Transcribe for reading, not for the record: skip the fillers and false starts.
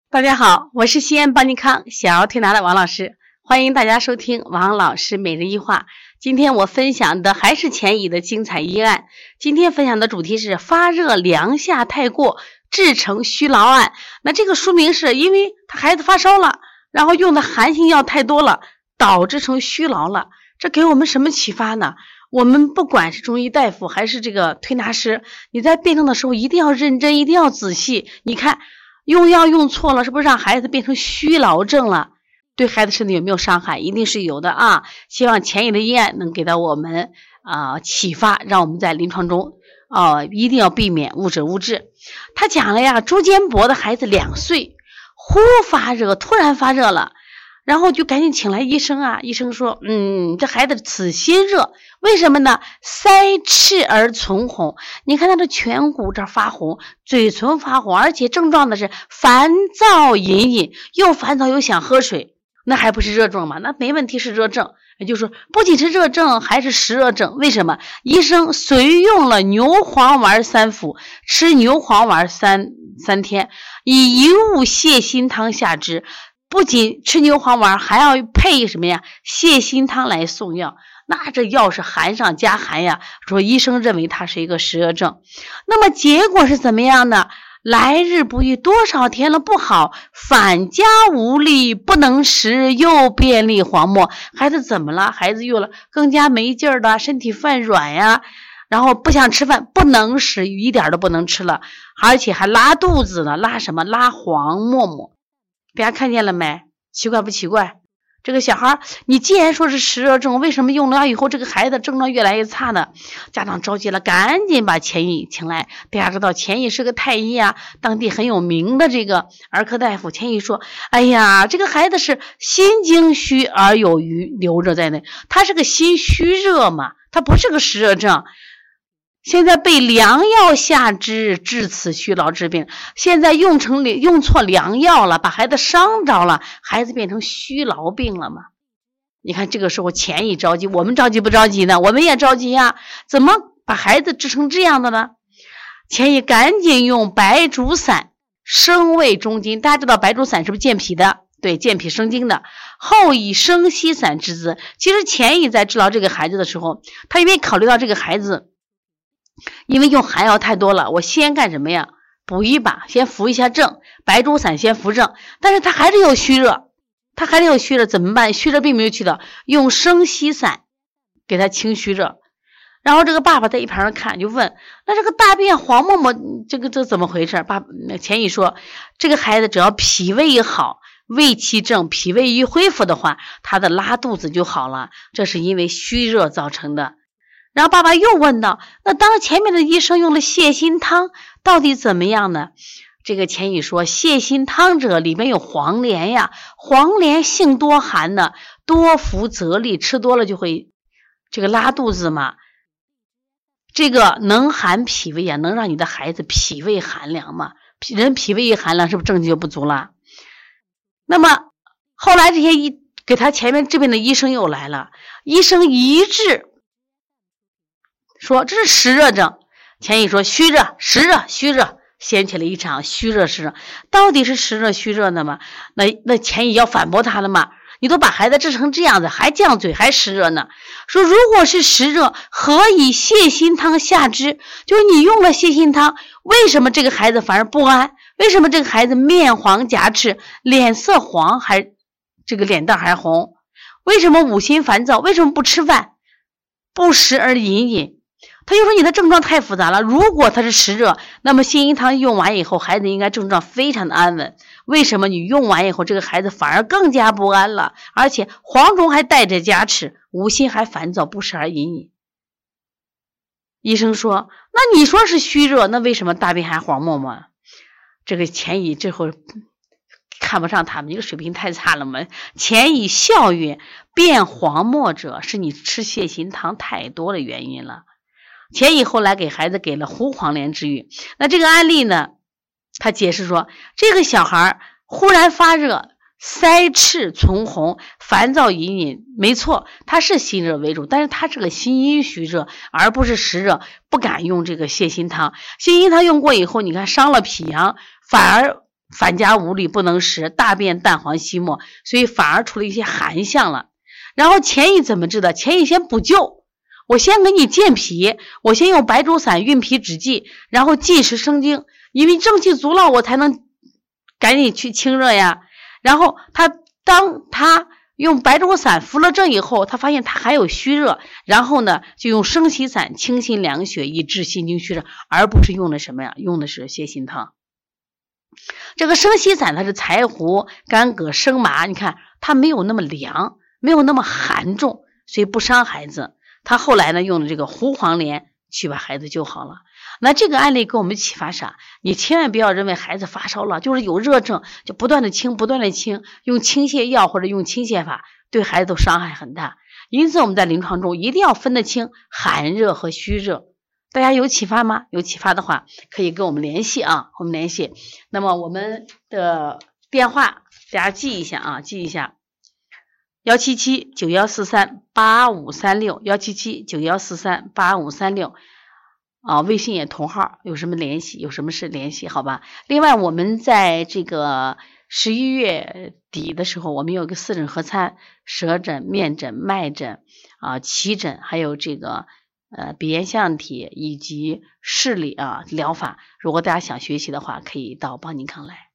大家好，我是西安邦尼康小儿推拿的王老师，欢迎大家收听王老师每日一话。今天我分享的还是钱乙的精彩医案。今天分享的主题是发热凉下太过致成虚劳案。那这个说明是因为他孩子发烧了，然后用的寒性药太多了，导致成虚劳了。这给我们什么启发呢？我们不管是中医大夫还是这个推拿师，你在辩证的时候一定要认真，一定要仔细。你看用药用错了，是不是让孩子变成虚劳症了？对孩子身体有没有伤害？一定是有的啊！希望钱乙的医案能给到我们启发，让我们在临床中一定要避免误诊误治。他讲了呀，朱坚博的孩子2岁，忽发热，突然发热了，然后就赶紧请来医生啊。医生说，这孩子此心热，为什么呢？腮赤而唇红，你看他的颧骨这发红，嘴唇发红，而且症状的是烦躁隐隐，又烦躁又想喝水，那还不是热症吗？那没问题，是热症。也就是说，不仅是热症，还是湿热症。为什么？医生随用了牛黄丸3服，吃牛黄丸三天，以一物泻心汤下之。不仅吃牛黄丸，还要配什么呀？泻心汤来送药。那这药是寒上加寒呀，说医生认为它是一个湿热症。那么结果是怎么样呢？来日不愈，多少天了不好，反家无力，不能食，又便利黄沫。孩子怎么了？孩子又了更加没劲儿的，身体犯软呀，然后不想吃饭，不能食，一点都不能吃了，而且还拉肚子呢。拉什么？拉黄沫沫。大家看见了没？奇怪不奇怪？这个小孩，你既然说是湿热症，为什么用了药以后这个孩子症状越来越差呢？家长着急了，赶紧把钱乙请来。大家知道钱乙是个太医啊，当地很有名的这个儿科大夫。钱乙说，哎呀，这个孩子是心经虚而有余留着在内，他是个心虚热嘛，他不是个湿热症。现在被良药下之，致此虚劳之病。现在用错良药了，把孩子伤着了，孩子变成虚劳病了嘛。你看这个时候钱乙着急，我们着急不着急呢？我们也着急呀，怎么把孩子治成这样的呢？钱乙赶紧用白术散生胃中筋。大家知道白术散是不是健脾的？对，健脾生津的。后以生息散治之。其实钱乙在治疗这个孩子的时候，他因为考虑到这个孩子因为用寒药太多了，我先干什么呀？补一把，先扶一下正，白术散先扶正。但是他还是有虚热，怎么办？虚热并没有去掉，用生息散给他清虚热。然后这个爸爸在一旁看，就问，那这个大便黄沫沫，这怎么回事？钱乙说，这个孩子只要脾胃一好，胃气正，脾胃一恢复的话，他的拉肚子就好了，这是因为虚热造成的。然后爸爸又问道，那当前面的医生用了泻心汤，到底怎么样呢？这个钱乙说，泻心汤者里面有黄连呀，黄连性多寒呢，多服则利，吃多了就会这个拉肚子嘛。这个能寒脾胃啊，能让你的孩子脾胃寒凉嘛。人脾胃一寒凉，是不是正气就不足了？那么后来这些给他前面治病的医生又来了，医生一致说这是湿热症。钱乙说虚热、湿热、虚热，掀起了一场虚热湿热。到底是湿热虚热的吗？那钱乙要反驳他了吗？你都把孩子治成这样子，还犟嘴，还湿热呢？说如果是湿热，何以泻心汤下之？就是你用了泻心汤，为什么这个孩子反而不安？为什么这个孩子面黄颊赤，脸色黄，还这个脸蛋还红？为什么五心烦躁？为什么不吃饭？不食而隐隐？他就说你的症状太复杂了，如果他是湿热，那么泻心汤用完以后，孩子应该症状非常的安稳。为什么你用完以后，这个孩子反而更加不安了，而且黄肿还带着加持，五心还烦躁，不食而隐隐？医生说，那你说是虚热，那为什么大便还黄沫沫？这个钱乙这会看不上他们，这个水平太差了嘛。钱乙笑曰，便黄沫者是你吃泻心汤太多的原因了。钱乙后来给孩子给了胡黄连之愈。那这个案例呢，他解释说，这个小孩忽然发热，腮赤唇红，烦躁隐隐，没错，他是心热为主，但是他是个心阴虚热，而不是实热，不敢用这个泻心汤。泻心汤用过以后，你看伤了脾阳，反而反家无力不能食，大便淡黄稀漠，所以反而出了一些寒象了。然后前医怎么治的？前医先补救，我先给你健脾，我先用白术散运脾止剂，然后忌食生津，因为正气足了，我才能赶紧去清热呀。然后当他用白术散服了症以后，他发现他还有虚热，然后呢就用生息散清心凉血，以治心经虚热，而不是用的什么呀？用的是泻心汤。这个生息散它是柴胡、干葛、生麻，你看它没有那么凉，没有那么寒重，所以不伤孩子。他后来呢用的这个胡黄连去把孩子救好了。那这个案例给我们启发啥？你千万不要认为孩子发烧了就是有热症就不断的清，用清泻药或者用清泻法，对孩子都伤害很大。因此我们在临床中一定要分得清寒热和虚热。大家有启发吗？有启发的话可以跟我们联系啊，我们联系。那么我们的电话大家记一下啊，记一下177-9143-8536 177-9143-8536啊，微信也同号，有什么联系，有什么事联系，好吧？另外我们在这个11月底的时候，我们有个4诊合参，舌诊、面诊、脉诊啊、脐诊，还有这个鼻炎象体以及视力啊疗法。如果大家想学习的话，可以到邦尼康来。